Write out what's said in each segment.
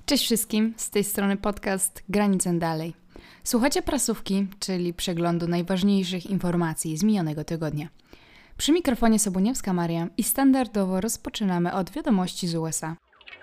Cześć wszystkim, z tej strony podcast Granicę Dalej. Słuchacie prasówki, czyli przeglądu najważniejszych informacji z minionego tygodnia. Przy mikrofonie Sobuniewska Maria i standardowo rozpoczynamy od wiadomości z USA.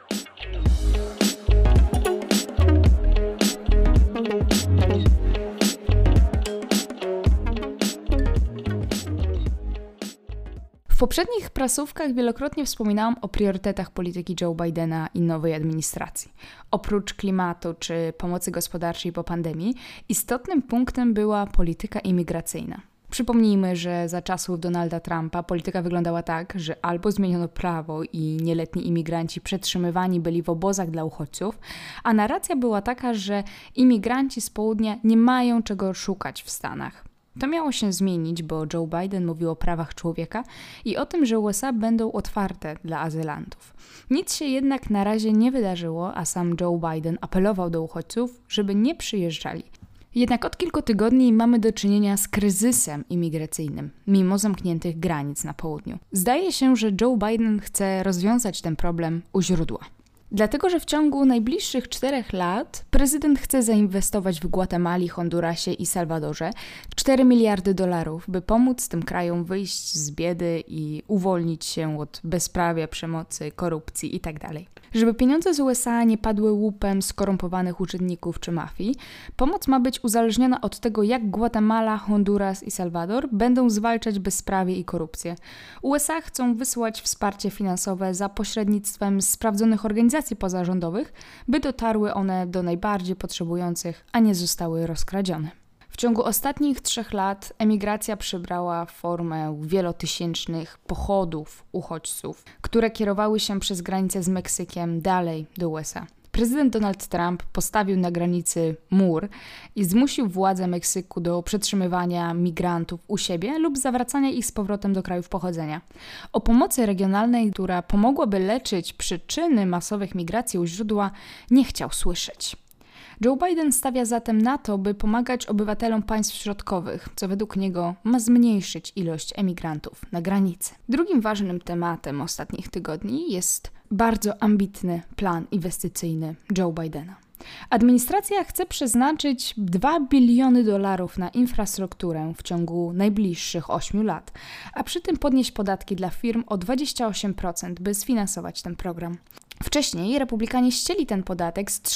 W poprzednich prasówkach wielokrotnie wspominałam o priorytetach polityki Joe Bidena i nowej administracji. Oprócz klimatu czy pomocy gospodarczej po pandemii, istotnym punktem była polityka imigracyjna. Przypomnijmy, że za czasów Donalda Trumpa polityka wyglądała tak, że albo zmieniono prawo i nieletni imigranci przetrzymywani byli w obozach dla uchodźców, a narracja była taka, że imigranci z południa nie mają czego szukać w Stanach. To miało się zmienić, bo Joe Biden mówił o prawach człowieka i o tym, że USA będą otwarte dla azylantów. Nic się jednak na razie nie wydarzyło, a sam Joe Biden apelował do uchodźców, żeby nie przyjeżdżali. Jednak od kilku tygodni mamy do czynienia z kryzysem imigracyjnym, mimo zamkniętych granic na południu. Zdaje się, że Joe Biden chce rozwiązać ten problem u źródła. Dlatego, że w ciągu najbliższych 4 lat prezydent chce zainwestować w Gwatemali, Hondurasie i Salwadorze $4 miliardy, by pomóc tym krajom wyjść z biedy i uwolnić się od bezprawia, przemocy, korupcji itd. Żeby pieniądze z USA nie padły łupem skorumpowanych urzędników czy mafii, pomoc ma być uzależniona od tego, jak Gwatemala, Honduras i Salwador będą zwalczać bezprawie i korupcję. USA chcą wysłać wsparcie finansowe za pośrednictwem sprawdzonych organizacji pozarządowych, by dotarły one do najbardziej potrzebujących, a nie zostały rozkradzione. W ciągu ostatnich 3 lat emigracja przybrała formę wielotysięcznych pochodów uchodźców, które kierowały się przez granicę z Meksykiem dalej do USA. Prezydent Donald Trump postawił na granicy mur i zmusił władze Meksyku do przetrzymywania migrantów u siebie lub zawracania ich z powrotem do krajów pochodzenia. O pomocy regionalnej, która pomogłaby leczyć przyczyny masowych migracji u źródła, nie chciał słyszeć. Joe Biden stawia zatem na to, by pomagać obywatelom państw środkowych, co według niego ma zmniejszyć ilość emigrantów na granicy. Drugim ważnym tematem ostatnich tygodni jest bardzo ambitny plan inwestycyjny Joe Bidena. Administracja chce przeznaczyć $2 biliony na infrastrukturę w ciągu najbliższych 8 lat, a przy tym podnieść podatki dla firm o 28%, by sfinansować ten program. Wcześniej republikanie ścięli ten podatek z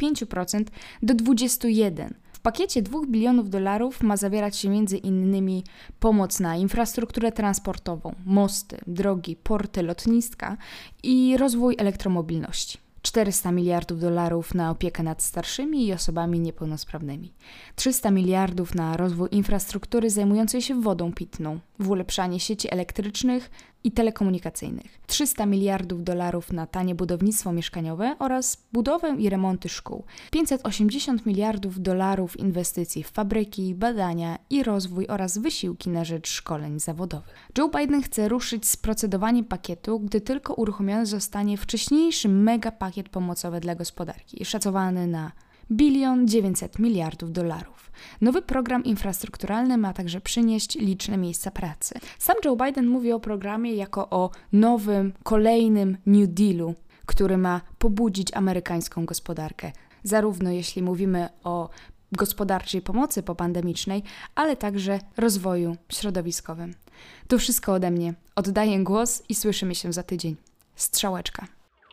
35% do 21%. W pakiecie $2 bilionów ma zawierać się m.in. pomoc na infrastrukturę transportową, mosty, drogi, porty, lotniska i rozwój elektromobilności. $400 miliardów na opiekę nad starszymi i osobami niepełnosprawnymi. $300 miliardów na rozwój infrastruktury zajmującej się wodą pitną, w ulepszanie sieci elektrycznych i telekomunikacyjnych. $300 miliardów na tanie budownictwo mieszkaniowe oraz budowę i remonty szkół. $580 miliardów inwestycji w fabryki, badania i rozwój oraz wysiłki na rzecz szkoleń zawodowych. Joe Biden chce ruszyć z procedowaniem pakietu, gdy tylko uruchomiony zostanie wcześniejszy megapakiet pomocowy dla gospodarki, szacowany na $1,9 miliardów. Nowy program infrastrukturalny ma także przynieść liczne miejsca pracy. Sam Joe Biden mówi o programie jako o nowym, kolejnym New Dealu, który ma pobudzić amerykańską gospodarkę. Zarówno jeśli mówimy o gospodarczej pomocy popandemicznej, ale także rozwoju środowiskowym. To wszystko ode mnie. Oddaję głos i słyszymy się za tydzień. Strzałeczka.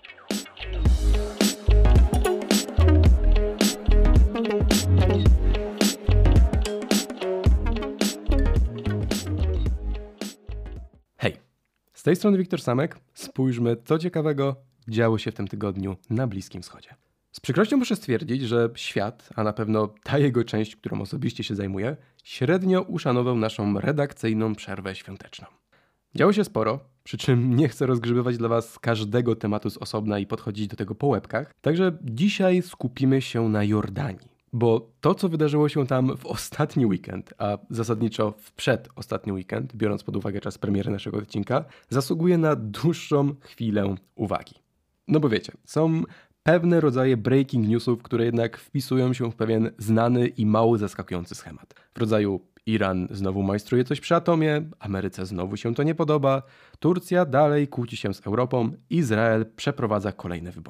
Hej, z tej strony Wiktor Samek. Spójrzmy, co ciekawego działo się w tym tygodniu na Bliskim Wschodzie. Z przykrością muszę stwierdzić, że świat, a na pewno ta jego część, którą osobiście się zajmuję, średnio uszanował naszą redakcyjną przerwę świąteczną. Działo się sporo, przy czym nie chcę rozgrzebywać dla Was każdego tematu z osobna i podchodzić do tego po łebkach, także dzisiaj skupimy się na Jordanii. Bo to, co wydarzyło się tam w ostatni weekend, a zasadniczo w przedostatni weekend, biorąc pod uwagę czas premiery naszego odcinka, zasługuje na dłuższą chwilę uwagi. No bo wiecie, są pewne rodzaje breaking newsów, które jednak wpisują się w pewien znany i mało zaskakujący schemat. W rodzaju Iran znowu majstruje coś przy atomie, Ameryce znowu się to nie podoba, Turcja dalej kłóci się z Europą, Izrael przeprowadza kolejne wybory.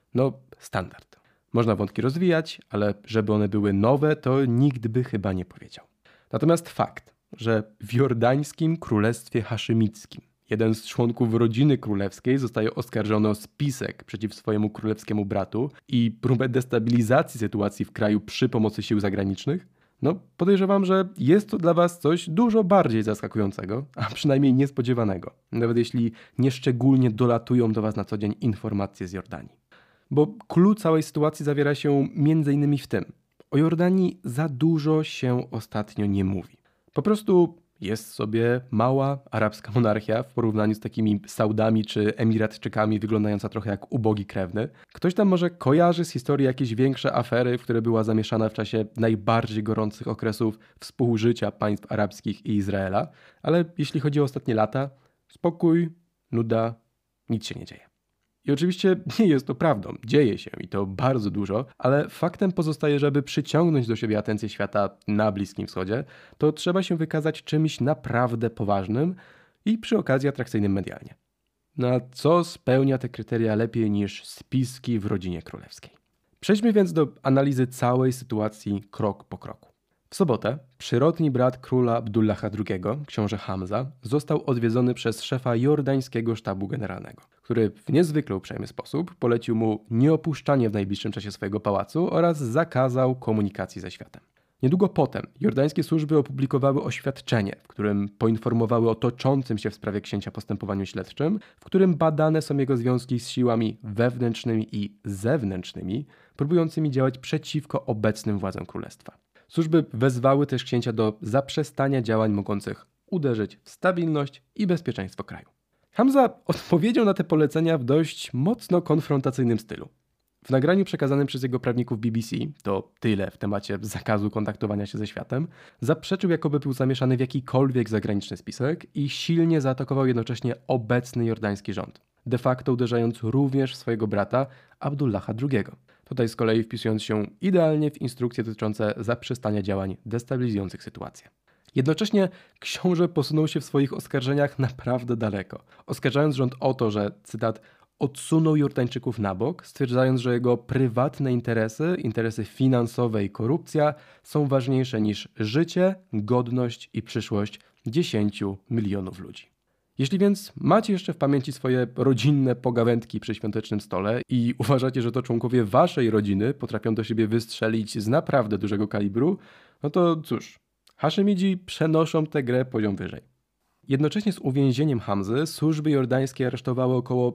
No, standard. Można wątki rozwijać, ale żeby one były nowe, to nikt by chyba nie powiedział. Natomiast fakt, że w jordańskim królestwie haszymickim jeden z członków rodziny królewskiej zostaje oskarżony o spisek przeciw swojemu królewskiemu bratu i próbę destabilizacji sytuacji w kraju przy pomocy sił zagranicznych, no podejrzewam, że jest to dla was coś dużo bardziej zaskakującego, a przynajmniej niespodziewanego, nawet jeśli nieszczególnie dolatują do was na co dzień informacje z Jordanii. Bo klucz całej sytuacji zawiera się m.in. w tym: o Jordanii za dużo się ostatnio nie mówi. Po prostu jest sobie mała arabska monarchia w porównaniu z takimi Saudami czy Emiratczykami, wyglądająca trochę jak ubogi krewny. Ktoś tam może kojarzy z historii jakieś większe afery, w które była zamieszana w czasie najbardziej gorących okresów współżycia państw arabskich i Izraela, ale jeśli chodzi o ostatnie lata, spokój, nuda, nic się nie dzieje. I oczywiście nie jest to prawdą, dzieje się i to bardzo dużo, ale faktem pozostaje, że aby przyciągnąć do siebie atencję świata na Bliskim Wschodzie, to trzeba się wykazać czymś naprawdę poważnym i przy okazji atrakcyjnym medialnie. Na co spełnia te kryteria lepiej niż spiski w rodzinie królewskiej? Przejdźmy więc do analizy całej sytuacji krok po kroku. W sobotę przyrodni brat króla Abdullaha II, książę Hamza, został odwiedzony przez szefa jordańskiego sztabu generalnego, który w niezwykle uprzejmy sposób polecił mu nieopuszczanie w najbliższym czasie swojego pałacu oraz zakazał komunikacji ze światem. Niedługo potem jordańskie służby opublikowały oświadczenie, w którym poinformowały o toczącym się w sprawie księcia postępowaniu śledczym, w którym badane są jego związki z siłami wewnętrznymi i zewnętrznymi, próbującymi działać przeciwko obecnym władzom królestwa. Służby wezwały też księcia do zaprzestania działań mogących uderzyć w stabilność i bezpieczeństwo kraju. Hamza odpowiedział na te polecenia w dość mocno konfrontacyjnym stylu. W nagraniu przekazanym przez jego prawników BBC, to tyle w temacie zakazu kontaktowania się ze światem, zaprzeczył, jakoby był zamieszany w jakikolwiek zagraniczny spisek i silnie zaatakował jednocześnie obecny jordański rząd, de facto uderzając również w swojego brata Abdullaha II. Tutaj z kolei wpisując się idealnie w instrukcje dotyczące zaprzestania działań destabilizujących sytuację. Jednocześnie książę posunął się w swoich oskarżeniach naprawdę daleko, oskarżając rząd o to, że, cytat, odsunął Jordańczyków na bok, stwierdzając, że jego prywatne interesy finansowe i korupcja są ważniejsze niż życie, godność i przyszłość 10 milionów ludzi. Jeśli więc macie jeszcze w pamięci swoje rodzinne pogawędki przy świątecznym stole i uważacie, że to członkowie waszej rodziny potrafią do siebie wystrzelić z naprawdę dużego kalibru, no to cóż, Haszemidzi przenoszą tę grę poziom wyżej. Jednocześnie z uwięzieniem Hamzy służby jordańskie aresztowały około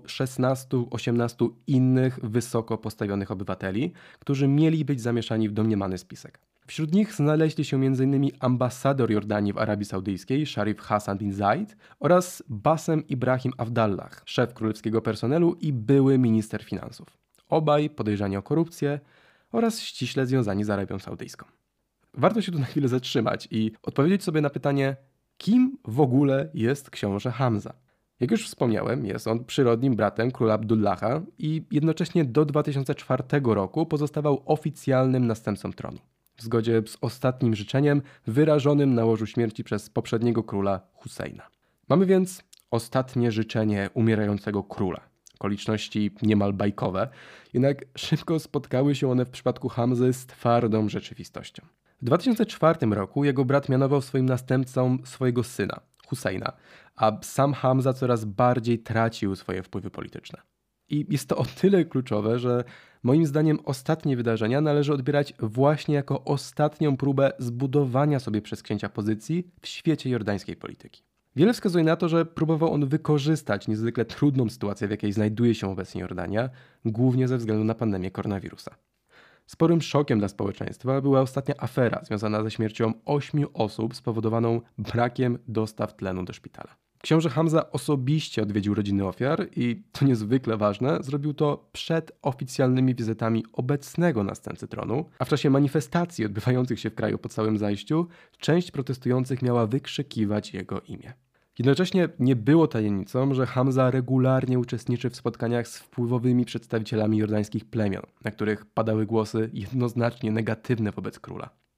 16-18 innych wysoko postawionych obywateli, którzy mieli być zamieszani w domniemany spisek. Wśród nich znaleźli się m.in. ambasador Jordanii w Arabii Saudyjskiej, Sharif Hassan bin Zaid, oraz Bassem Ibrahim Abdallah, szef królewskiego personelu i były minister finansów. Obaj podejrzani o korupcję oraz ściśle związani z Arabią Saudyjską. Warto się tu na chwilę zatrzymać i odpowiedzieć sobie na pytanie, kim w ogóle jest książę Hamza? Jak już wspomniałem, jest on przyrodnim bratem króla Abdullaha i jednocześnie do 2004 roku pozostawał oficjalnym następcą tronu, w zgodzie z ostatnim życzeniem wyrażonym na łożu śmierci przez poprzedniego króla Husejna. Mamy więc ostatnie życzenie umierającego króla. Okoliczności niemal bajkowe, jednak szybko spotkały się one w przypadku Hamzy z twardą rzeczywistością. W 2004 roku jego brat mianował swoim następcą swojego syna, Husejna, a sam Hamza coraz bardziej tracił swoje wpływy polityczne. I jest to o tyle kluczowe, że moim zdaniem ostatnie wydarzenia należy odbierać właśnie jako ostatnią próbę zbudowania sobie przez księcia pozycji w świecie jordańskiej polityki. Wiele wskazuje na to, że próbował on wykorzystać niezwykle trudną sytuację, w jakiej znajduje się obecnie Jordania, głównie ze względu na pandemię koronawirusa. Sporym szokiem dla społeczeństwa była ostatnia afera związana ze śmiercią 8 osób spowodowaną brakiem dostaw tlenu do szpitala. Książę Hamza osobiście odwiedził rodziny ofiar i, to niezwykle ważne, zrobił to przed oficjalnymi wizytami obecnego następcy tronu, a w czasie manifestacji odbywających się w kraju po całym zajściu część protestujących miała wykrzykiwać jego imię. Jednocześnie nie było tajemnicą, że Hamza regularnie uczestniczy w spotkaniach z wpływowymi przedstawicielami jordańskich plemion, na których padały głosy jednoznacznie negatywne wobec króla.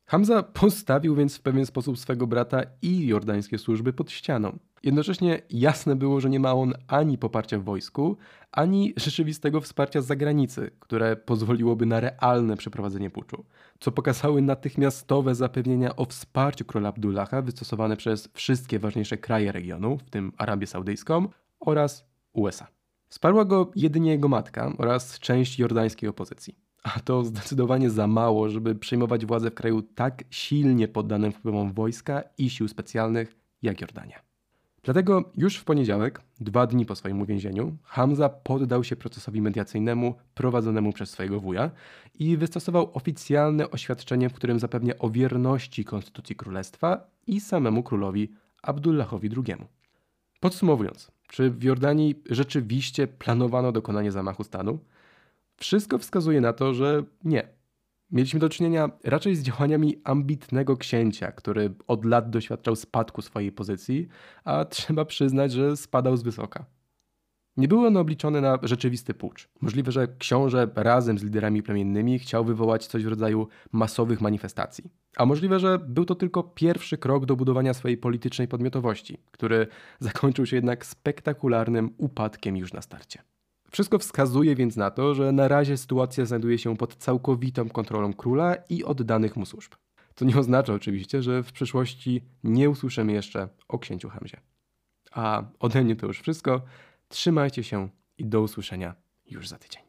Hamza postawił więc w pewien sposób swego brata i jordańskie służby pod ścianą. Jednocześnie jasne było, że nie ma on ani poparcia w wojsku, ani rzeczywistego wsparcia z zagranicy, które pozwoliłoby na realne przeprowadzenie puczu, co pokazały natychmiastowe zapewnienia o wsparciu króla Abdullaha wystosowane przez wszystkie ważniejsze kraje regionu, w tym Arabię Saudyjską oraz USA. Wsparła go jedynie jego matka oraz część jordańskiej opozycji. A to zdecydowanie za mało, żeby przejmować władzę w kraju tak silnie poddanym wpływom wojska i sił specjalnych jak Jordania. Dlatego już w poniedziałek, 2 dni po swoim uwięzieniu, Hamza poddał się procesowi mediacyjnemu prowadzonemu przez swojego wuja i wystosował oficjalne oświadczenie, w którym zapewnia o wierności konstytucji królestwa i samemu królowi Abdullahowi II. Podsumowując, czy w Jordanii rzeczywiście planowano dokonanie zamachu stanu? Wszystko wskazuje na to, że nie. Mieliśmy do czynienia raczej z działaniami ambitnego księcia, który od lat doświadczał spadku swojej pozycji, a trzeba przyznać, że spadał z wysoka. Nie były one obliczone na rzeczywisty pucz. Możliwe, że książę razem z liderami plemiennymi chciał wywołać coś w rodzaju masowych manifestacji. A możliwe, że był to tylko pierwszy krok do budowania swojej politycznej podmiotowości, który zakończył się jednak spektakularnym upadkiem już na starcie. Wszystko wskazuje więc na to, że na razie sytuacja znajduje się pod całkowitą kontrolą króla i oddanych mu służb. To nie oznacza oczywiście, że w przyszłości nie usłyszymy jeszcze o księciu Hamzie. A ode mnie to już wszystko. Trzymajcie się i do usłyszenia już za tydzień.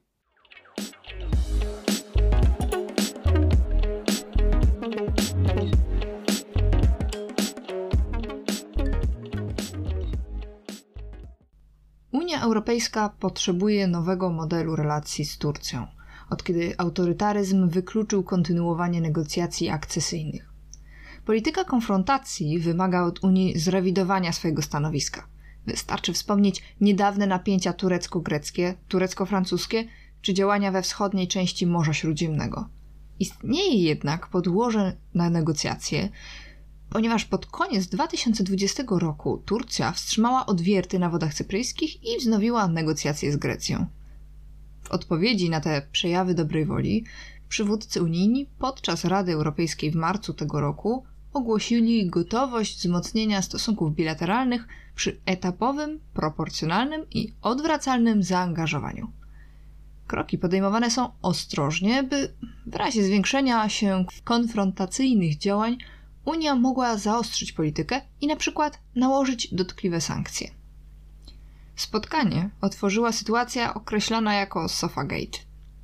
Unia Europejska potrzebuje nowego modelu relacji z Turcją, od kiedy autorytaryzm wykluczył kontynuowanie negocjacji akcesyjnych. Polityka konfrontacji wymaga od Unii zrewidowania swojego stanowiska. Wystarczy wspomnieć niedawne napięcia turecko-greckie, turecko-francuskie czy działania we wschodniej części Morza Śródziemnego. Istnieje jednak podłoże na negocjacje, ponieważ pod koniec 2020 roku Turcja wstrzymała odwierty na wodach cypryjskich i wznowiła negocjacje z Grecją. W odpowiedzi na te przejawy dobrej woli przywódcy unijni podczas Rady Europejskiej w marcu tego roku ogłosili gotowość wzmocnienia stosunków bilateralnych przy etapowym, proporcjonalnym i odwracalnym zaangażowaniu. Kroki podejmowane są ostrożnie, by w razie zwiększenia się konfrontacyjnych działań Unia mogła zaostrzyć politykę i na przykład nałożyć dotkliwe sankcje. Spotkanie otworzyła sytuacja określana jako Sofagate.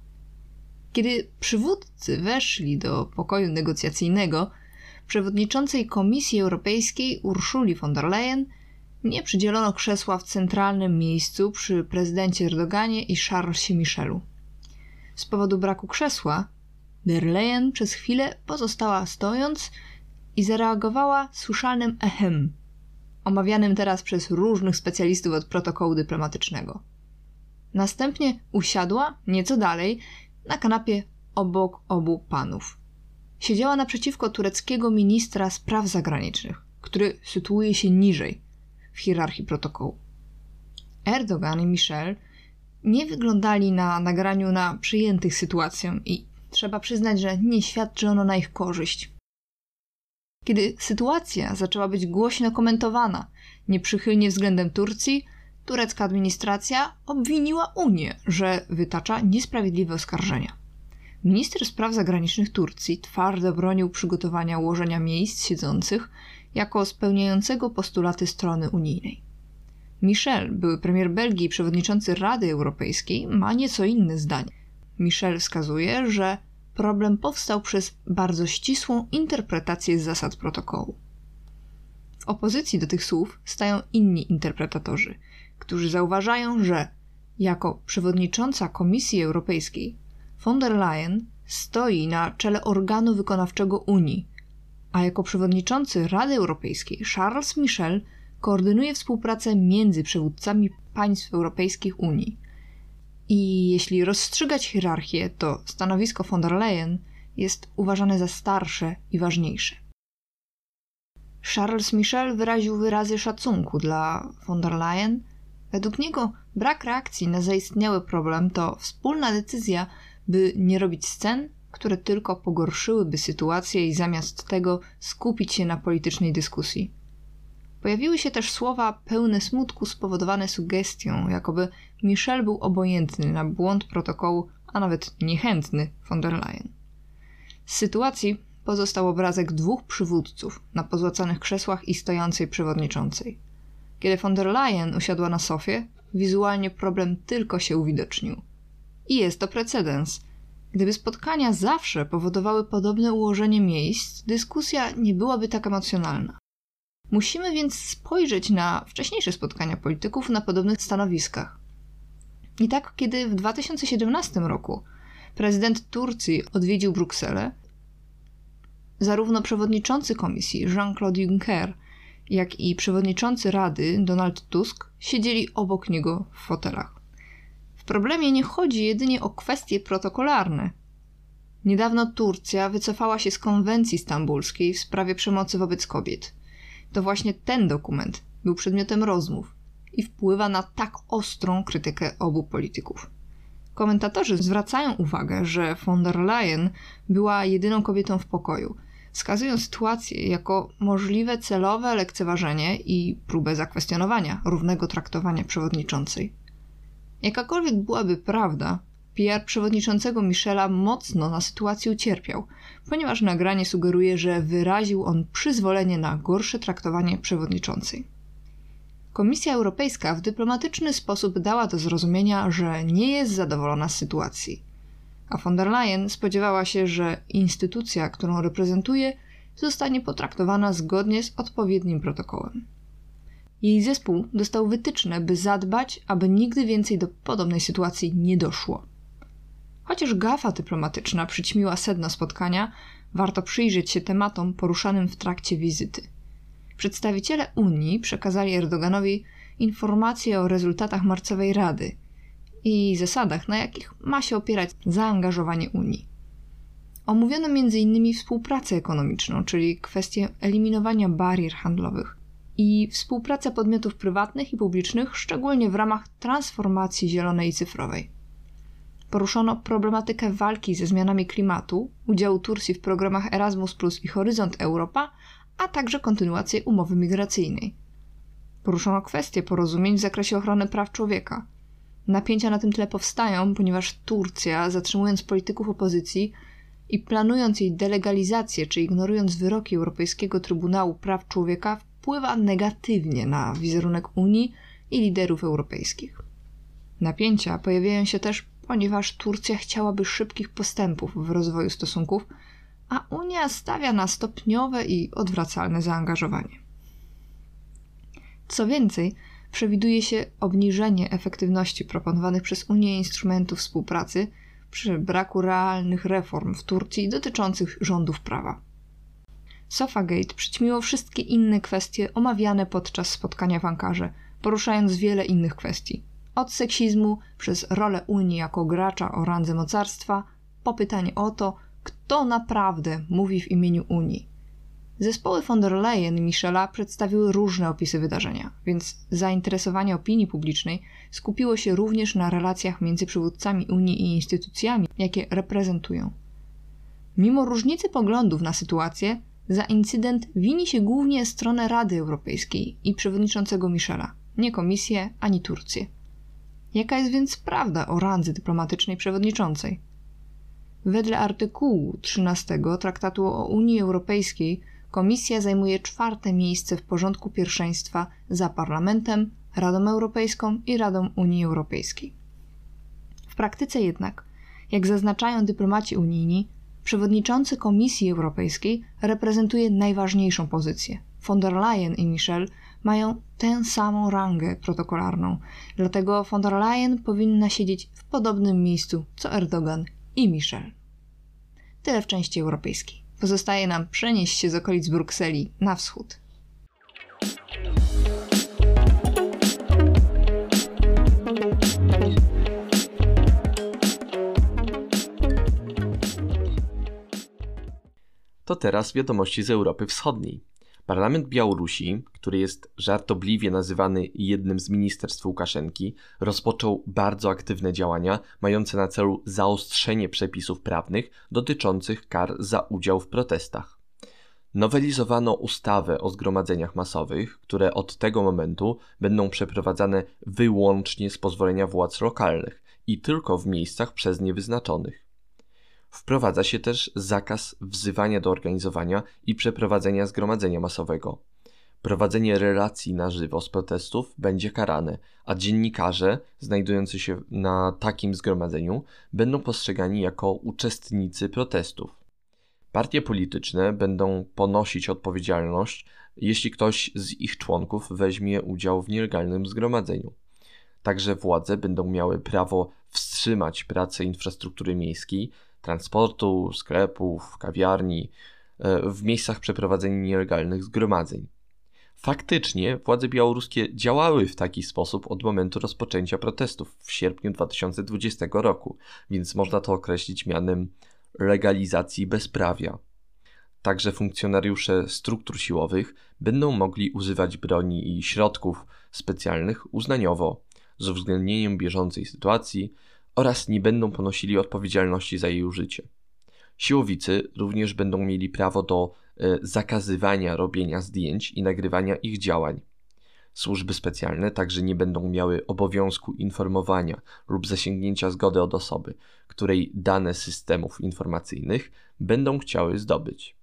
Kiedy przywódcy weszli do pokoju negocjacyjnego, przewodniczącej Komisji Europejskiej Ursuli von der Leyen nie przydzielono krzesła w centralnym miejscu przy prezydencie Erdoganie i Charlesie Michelu. Z powodu braku krzesła der Leyen przez chwilę pozostała stojąc i zareagowała słyszalnym echem, omawianym teraz przez różnych specjalistów od protokołu dyplomatycznego. Następnie usiadła nieco dalej na kanapie obok obu panów. Siedziała naprzeciwko tureckiego ministra spraw zagranicznych, który sytuuje się niżej w hierarchii protokołu. Erdogan i Michel nie wyglądali na nagraniu na przyjętych sytuacją i trzeba przyznać, że nie świadczy ono na ich korzyść. Kiedy sytuacja zaczęła być głośno komentowana nieprzychylnie względem Turcji, turecka administracja obwiniła Unię, że wytacza niesprawiedliwe oskarżenia. Minister spraw zagranicznych Turcji twardo bronił przygotowania ułożenia miejsc siedzących jako spełniającego postulaty strony unijnej. Michel, były premier Belgii i przewodniczący Rady Europejskiej, ma nieco inne zdanie. Michel wskazuje, że problem powstał przez bardzo ścisłą interpretację zasad protokołu. W opozycji do tych słów stają inni interpretatorzy, którzy zauważają, że jako przewodnicząca Komisji Europejskiej von der Leyen stoi na czele organu wykonawczego Unii, a jako przewodniczący Rady Europejskiej Charles Michel koordynuje współpracę między przywódcami państw europejskich Unii. I jeśli rozstrzygać hierarchię, to stanowisko von der Leyen jest uważane za starsze i ważniejsze. Charles Michel wyraził wyrazy szacunku dla von der Leyen. Według niego brak reakcji na zaistniały problem to wspólna decyzja, by nie robić scen, które tylko pogorszyłyby sytuację i zamiast tego skupić się na politycznej dyskusji. Pojawiły się też słowa pełne smutku spowodowane sugestią, jakoby Michel był obojętny na błąd protokołu, a nawet niechętny von der Leyen. Z sytuacji pozostał obrazek dwóch przywódców na pozłacanych krzesłach i stojącej przewodniczącej. Kiedy von der Leyen usiadła na sofie, wizualnie problem tylko się uwidocznił. I jest to precedens. Gdyby spotkania zawsze powodowały podobne ułożenie miejsc, dyskusja nie byłaby tak emocjonalna. Musimy więc spojrzeć na wcześniejsze spotkania polityków na podobnych stanowiskach. I tak, kiedy w 2017 roku prezydent Turcji odwiedził Brukselę, zarówno przewodniczący komisji Jean-Claude Juncker, jak i przewodniczący Rady Donald Tusk siedzieli obok niego w fotelach. W problemie nie chodzi jedynie o kwestie protokolarne. Niedawno Turcja wycofała się z konwencji stambulskiej w sprawie przemocy wobec kobiet. To właśnie ten dokument był przedmiotem rozmów i wpływa na tak ostrą krytykę obu polityków. Komentatorzy zwracają uwagę, że von der Leyen była jedyną kobietą w pokoju, wskazują sytuację jako możliwe celowe lekceważenie i próbę zakwestionowania równego traktowania przewodniczącej. Jakakolwiek byłaby prawda, PR przewodniczącego Michela mocno na sytuacji ucierpiał, ponieważ nagranie sugeruje, że wyraził on przyzwolenie na gorsze traktowanie przewodniczącej. Komisja Europejska w dyplomatyczny sposób dała do zrozumienia, że nie jest zadowolona z sytuacji, a von der Leyen spodziewała się, że instytucja, którą reprezentuje, zostanie potraktowana zgodnie z odpowiednim protokołem. Jej zespół dostał wytyczne, by zadbać, aby nigdy więcej do podobnej sytuacji nie doszło. Chociaż gafa dyplomatyczna przyćmiła sedno spotkania, warto przyjrzeć się tematom poruszanym w trakcie wizyty. Przedstawiciele Unii przekazali Erdoganowi informacje o rezultatach marcowej Rady i zasadach, na jakich ma się opierać zaangażowanie Unii. Omówiono m.in. współpracę ekonomiczną, czyli kwestię eliminowania barier handlowych i współpracę podmiotów prywatnych i publicznych, szczególnie w ramach transformacji zielonej i cyfrowej. Poruszono problematykę walki ze zmianami klimatu, udziału Turcji w programach Erasmus Plus i Horyzont Europa, a także kontynuację umowy migracyjnej. Poruszono kwestie porozumień w zakresie ochrony praw człowieka. Napięcia na tym tle powstają, ponieważ Turcja, zatrzymując polityków opozycji i planując jej delegalizację czy ignorując wyroki Europejskiego Trybunału Praw Człowieka, wpływa negatywnie na wizerunek Unii i liderów europejskich. Napięcia pojawiają się też, ponieważ Turcja chciałaby szybkich postępów w rozwoju stosunków, a Unia stawia na stopniowe i odwracalne zaangażowanie. Co więcej, przewiduje się obniżenie efektywności proponowanych przez Unię instrumentów współpracy przy braku realnych reform w Turcji dotyczących rządów prawa. Sofagate przyćmiło wszystkie inne kwestie omawiane podczas spotkania w Ankarze, poruszając wiele innych kwestii. Od seksizmu przez rolę Unii jako gracza o randze mocarstwa, po pytanie o to, kto naprawdę mówi w imieniu Unii. Zespoły von der Leyen i Michela przedstawiły różne opisy wydarzenia, więc zainteresowanie opinii publicznej skupiło się również na relacjach między przywódcami Unii i instytucjami, jakie reprezentują. Mimo różnicy poglądów na sytuację, za incydent wini się głównie stronę Rady Europejskiej i przewodniczącego Michela, nie Komisję ani Turcję. Jaka jest więc prawda o randze dyplomatycznej przewodniczącej? Wedle artykułu 13 Traktatu o Unii Europejskiej Komisja zajmuje 4. miejsce w porządku pierwszeństwa za Parlamentem, Radą Europejską i Radą Unii Europejskiej. W praktyce jednak, jak zaznaczają dyplomaci unijni, przewodniczący Komisji Europejskiej reprezentuje najważniejszą pozycję. Von der Leyen i Michel mają tę samą rangę protokolarną, dlatego von der Leyen powinna siedzieć w podobnym miejscu co Erdogan i Michel. Tyle w części europejskiej. Pozostaje nam przenieść się z okolic Brukseli na wschód. To teraz wiadomości z Europy Wschodniej. Parlament Białorusi, który jest żartobliwie nazywany jednym z ministerstw Łukaszenki, rozpoczął bardzo aktywne działania mające na celu zaostrzenie przepisów prawnych dotyczących kar za udział w protestach. Nowelizowano ustawę o zgromadzeniach masowych, które od tego momentu będą przeprowadzane wyłącznie z pozwolenia władz lokalnych i tylko w miejscach przez nie wyznaczonych. Wprowadza się też zakaz wzywania do organizowania i przeprowadzenia zgromadzenia masowego. Prowadzenie relacji na żywo z protestów będzie karane, a dziennikarze znajdujący się na takim zgromadzeniu będą postrzegani jako uczestnicy protestów. Partie polityczne będą ponosić odpowiedzialność, jeśli ktoś z ich członków weźmie udział w nielegalnym zgromadzeniu. Także władze będą miały prawo wstrzymać pracę infrastruktury miejskiej, transportu, sklepów, kawiarni w miejscach przeprowadzenia nielegalnych zgromadzeń. Faktycznie władze białoruskie działały w taki sposób od momentu rozpoczęcia protestów w sierpniu 2020 roku, więc można to określić mianem legalizacji bezprawia. Także funkcjonariusze struktur siłowych będą mogli używać broni i środków specjalnych uznaniowo, z uwzględnieniem bieżącej sytuacji oraz nie będą ponosili odpowiedzialności za jej użycie. Siłowicy również będą mieli prawo do zakazywania robienia zdjęć i nagrywania ich działań. Służby specjalne także nie będą miały obowiązku informowania lub zasięgnięcia zgody od osoby, której dane systemów informacyjnych będą chciały zdobyć.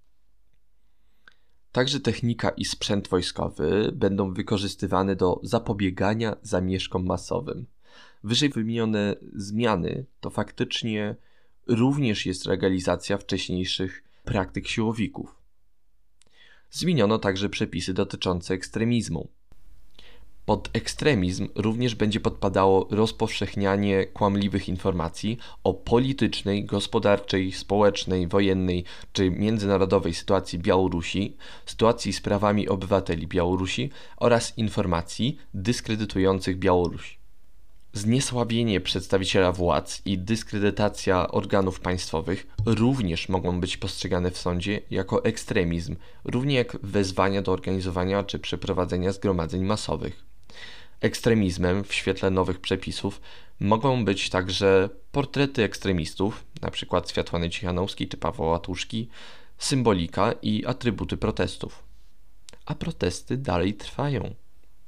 Także technika i sprzęt wojskowy będą wykorzystywane do zapobiegania zamieszkom masowym. Wyżej wymienione zmiany to faktycznie również jest legalizacja wcześniejszych praktyk siłowików. Zmieniono także przepisy dotyczące ekstremizmu. Pod ekstremizm również będzie podpadało rozpowszechnianie kłamliwych informacji o politycznej, gospodarczej, społecznej, wojennej czy międzynarodowej sytuacji Białorusi, sytuacji z prawami obywateli Białorusi oraz informacji dyskredytujących Białoruś. Zniesławienie przedstawiciela władz i dyskredytacja organów państwowych również mogą być postrzegane w sądzie jako ekstremizm, równie jak wezwania do organizowania czy przeprowadzenia zgromadzeń masowych. Ekstremizmem w świetle nowych przepisów mogą być także portrety ekstremistów, np. Światłany Cichanowskiej czy Pawła Łatuszki, symbolika i atrybuty protestów. A protesty dalej trwają.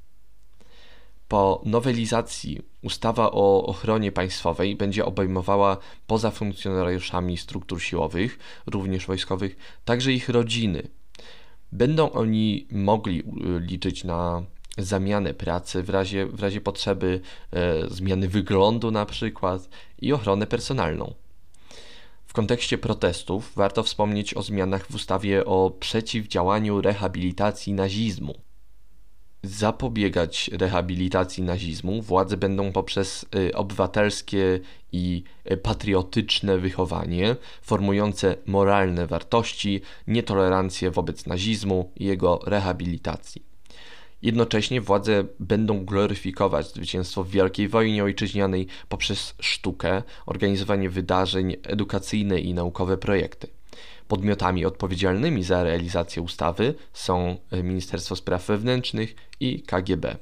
Po nowelizacji ustawa o ochronie państwowej będzie obejmowała poza funkcjonariuszami struktur siłowych, również wojskowych, także ich rodziny. Będą oni mogli liczyć na zamianę pracy w razie potrzeby, zmiany wyglądu na przykład i ochronę personalną. W kontekście protestów warto wspomnieć o zmianach w ustawie o przeciwdziałaniu rehabilitacji nazizmu. Zapobiegać rehabilitacji nazizmu władze będą poprzez obywatelskie i patriotyczne wychowanie, formujące moralne wartości, nietolerancję wobec nazizmu i jego rehabilitacji. Jednocześnie władze będą gloryfikować zwycięstwo w Wielkiej Wojnie Ojczyźnianej poprzez sztukę, organizowanie wydarzeń, edukacyjne i naukowe projekty. Podmiotami odpowiedzialnymi za realizację ustawy są Ministerstwo Spraw Wewnętrznych i KGB.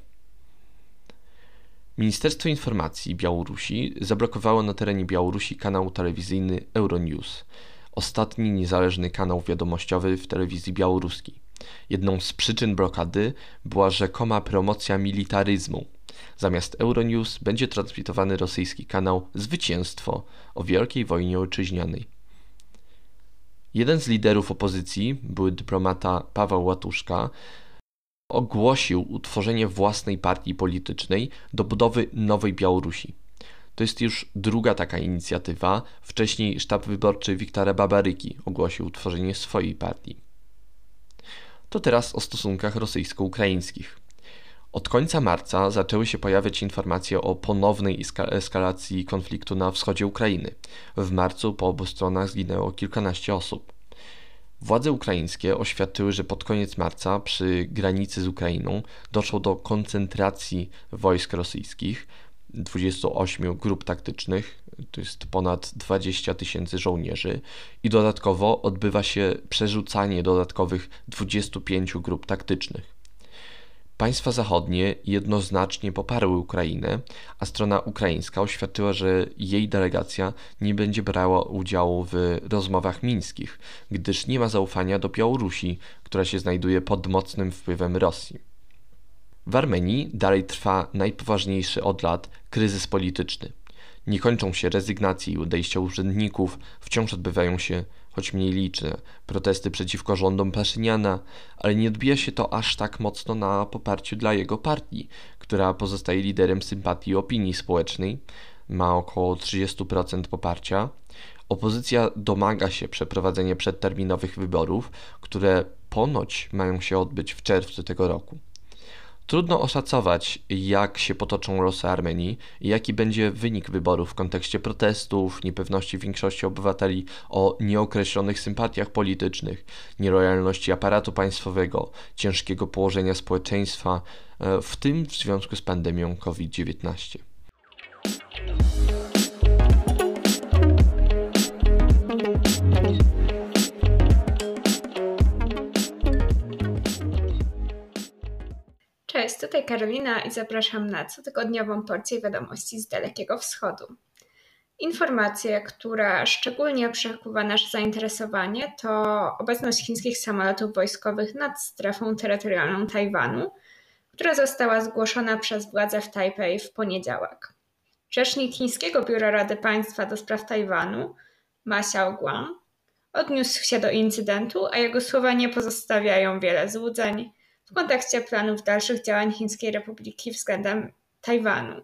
Ministerstwo Informacji Białorusi zablokowało na terenie Białorusi kanał telewizyjny Euronews, ostatni niezależny kanał wiadomościowy w telewizji białoruskiej. Jedną z przyczyn blokady była rzekoma promocja militaryzmu. Zamiast Euronews będzie transmitowany rosyjski kanał Zwycięstwo o Wielkiej Wojnie Ojczyźnianej. Jeden z liderów opozycji, były dyplomata Paweł Łatuszka, ogłosił utworzenie własnej partii politycznej do budowy nowej Białorusi. To jest już druga taka inicjatywa. Wcześniej sztab wyborczy Wiktora Babaryki ogłosił utworzenie swojej partii. To teraz o stosunkach rosyjsko-ukraińskich. Od końca marca zaczęły się pojawiać informacje o ponownej eskalacji konfliktu na wschodzie Ukrainy. W marcu po obu stronach zginęło kilkanaście osób. Władze ukraińskie oświadczyły, że pod koniec marca przy granicy z Ukrainą doszło do koncentracji wojsk rosyjskich, 28 grup taktycznych to jest ponad 20 000 żołnierzy i dodatkowo odbywa się przerzucanie dodatkowych 25 grup taktycznych. Państwa zachodnie jednoznacznie poparły Ukrainę, a strona ukraińska oświadczyła, że jej delegacja nie będzie brała udziału w rozmowach mińskich, gdyż nie ma zaufania do Białorusi, która się znajduje pod mocnym wpływem Rosji. W Armenii dalej trwa najpoważniejszy od lat kryzys polityczny. Nie kończą się rezygnacje i odejścia urzędników, wciąż odbywają się, choć mniej liczne, protesty przeciwko rządom Paszyniana, ale nie odbija się to aż tak mocno na poparciu dla jego partii, która pozostaje liderem sympatii i opinii społecznej, ma około 30% poparcia. Opozycja domaga się przeprowadzenia przedterminowych wyborów, które ponoć mają się odbyć w czerwcu tego roku. Trudno oszacować, jak się potoczą losy Armenii i jaki będzie wynik wyborów w kontekście protestów, niepewności większości obywateli o nieokreślonych sympatiach politycznych, nielojalności aparatu państwowego, ciężkiego położenia społeczeństwa, w tym w związku z pandemią COVID-19. Cześć, tutaj Karolina i zapraszam na cotygodniową porcję wiadomości z Dalekiego Wschodu. Informacja, która szczególnie przykuwa nasze zainteresowanie, to obecność chińskich samolotów wojskowych nad strefą terytorialną Tajwanu, która została zgłoszona przez władze w Tajpej w poniedziałek. Rzecznik Chińskiego Biura Rady Państwa do spraw Tajwanu, Ma Xiaoguang, odniósł się do incydentu, a jego słowa nie pozostawiają wiele złudzeń w kontekście planów dalszych działań Chińskiej Republiki względem Tajwanu.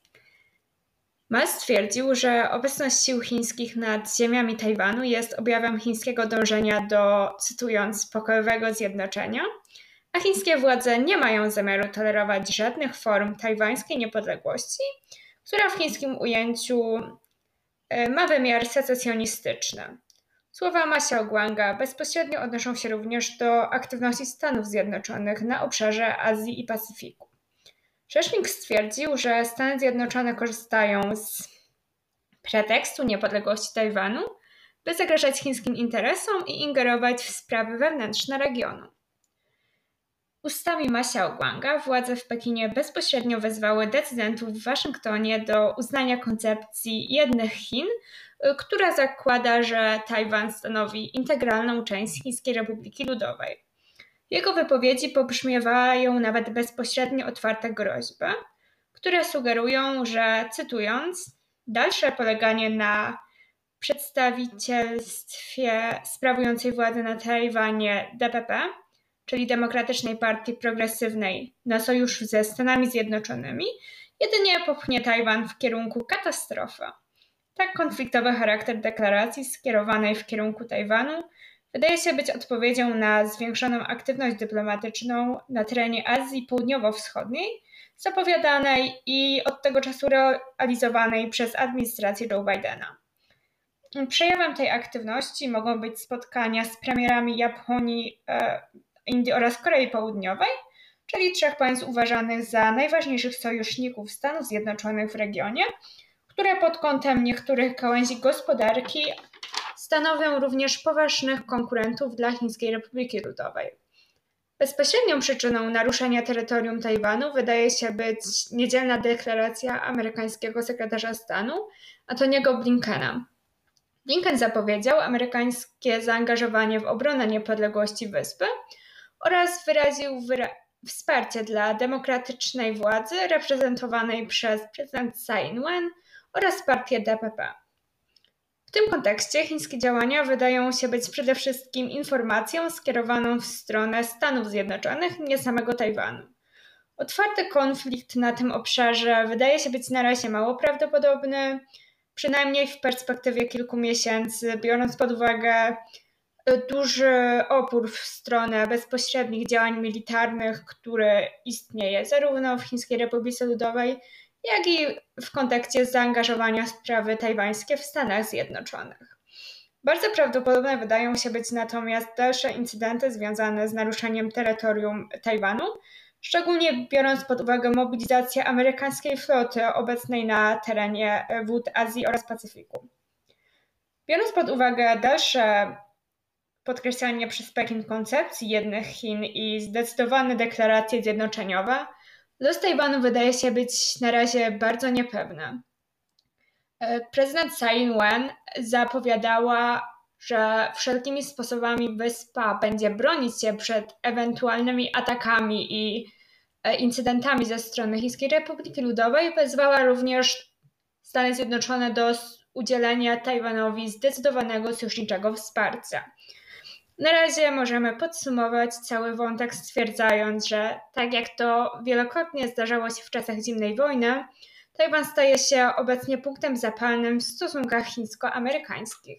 Ma stwierdził, że obecność sił chińskich nad ziemiami Tajwanu jest objawem chińskiego dążenia do, cytując, pokojowego zjednoczenia, a chińskie władze nie mają zamiaru tolerować żadnych form tajwańskiej niepodległości, która w chińskim ujęciu ma wymiar secesjonistyczny. Słowa Ma Xiaoguanga bezpośrednio odnoszą się również do aktywności Stanów Zjednoczonych na obszarze Azji i Pacyfiku. Rzecznik stwierdził, że Stany Zjednoczone korzystają z pretekstu niepodległości Tajwanu, by zagrażać chińskim interesom i ingerować w sprawy wewnętrzne regionu. Ustami Ma Xiaoguanga władze w Pekinie bezpośrednio wezwały decydentów w Waszyngtonie do uznania koncepcji jednych Chin, która zakłada, że Tajwan stanowi integralną część Chińskiej Republiki Ludowej. Jego wypowiedzi pobrzmiewają nawet bezpośrednio otwarte groźby, które sugerują, że, cytując, dalsze poleganie na przedstawicielstwie sprawującej władzę na Tajwanie DPP, czyli Demokratycznej Partii Progresywnej, na sojusz ze Stanami Zjednoczonymi, jedynie popchnie Tajwan w kierunku katastrofy. Tak konfliktowy charakter deklaracji skierowanej w kierunku Tajwanu wydaje się być odpowiedzią na zwiększoną aktywność dyplomatyczną na terenie Azji Południowo-Wschodniej, zapowiadanej i od tego czasu realizowanej przez administrację Joe Bidena. Przejawem tej aktywności mogą być spotkania z premierami Japonii, Indii oraz Korei Południowej, czyli trzech państw uważanych za najważniejszych sojuszników Stanów Zjednoczonych w regionie, które pod kątem niektórych gałęzi gospodarki stanowią również poważnych konkurentów dla Chińskiej Republiki Ludowej. Bezpośrednią przyczyną naruszenia terytorium Tajwanu wydaje się być niedzielna deklaracja amerykańskiego sekretarza stanu Antoniego Blinkena. Blinken zapowiedział amerykańskie zaangażowanie w obronę niepodległości wyspy oraz wyraził wsparcie dla demokratycznej władzy reprezentowanej przez prezydent Tsai Ing-wen oraz partię DPP. W tym kontekście chińskie działania wydają się być przede wszystkim informacją skierowaną w stronę Stanów Zjednoczonych, nie samego Tajwanu. Otwarty konflikt na tym obszarze wydaje się być na razie mało prawdopodobny, przynajmniej w perspektywie kilku miesięcy, biorąc pod uwagę duży opór w stronę bezpośrednich działań militarnych, który istnieje zarówno w Chińskiej Republice Ludowej, jak i w kontekście zaangażowania sprawy tajwańskie w Stanach Zjednoczonych. Bardzo prawdopodobne wydają się być natomiast dalsze incydenty związane z naruszeniem terytorium Tajwanu, szczególnie biorąc pod uwagę mobilizację amerykańskiej floty obecnej na terenie wód Azji oraz Pacyfiku. Biorąc pod uwagę dalsze podkreślanie przez Pekin koncepcji jednych Chin i zdecydowane deklaracje zjednoczeniowe, los Tajwanu wydaje się być na razie bardzo niepewny. Prezydent Tsai Ing-wen zapowiadała, że wszelkimi sposobami wyspa będzie bronić się przed ewentualnymi atakami i incydentami ze strony Chińskiej Republiki Ludowej. Wezwała również Stany Zjednoczone do udzielenia Tajwanowi zdecydowanego sojuszniczego wsparcia. Na razie możemy podsumować cały wątek stwierdzając, że tak jak to wielokrotnie zdarzało się w czasach zimnej wojny, Tajwan staje się obecnie punktem zapalnym w stosunkach chińsko-amerykańskich.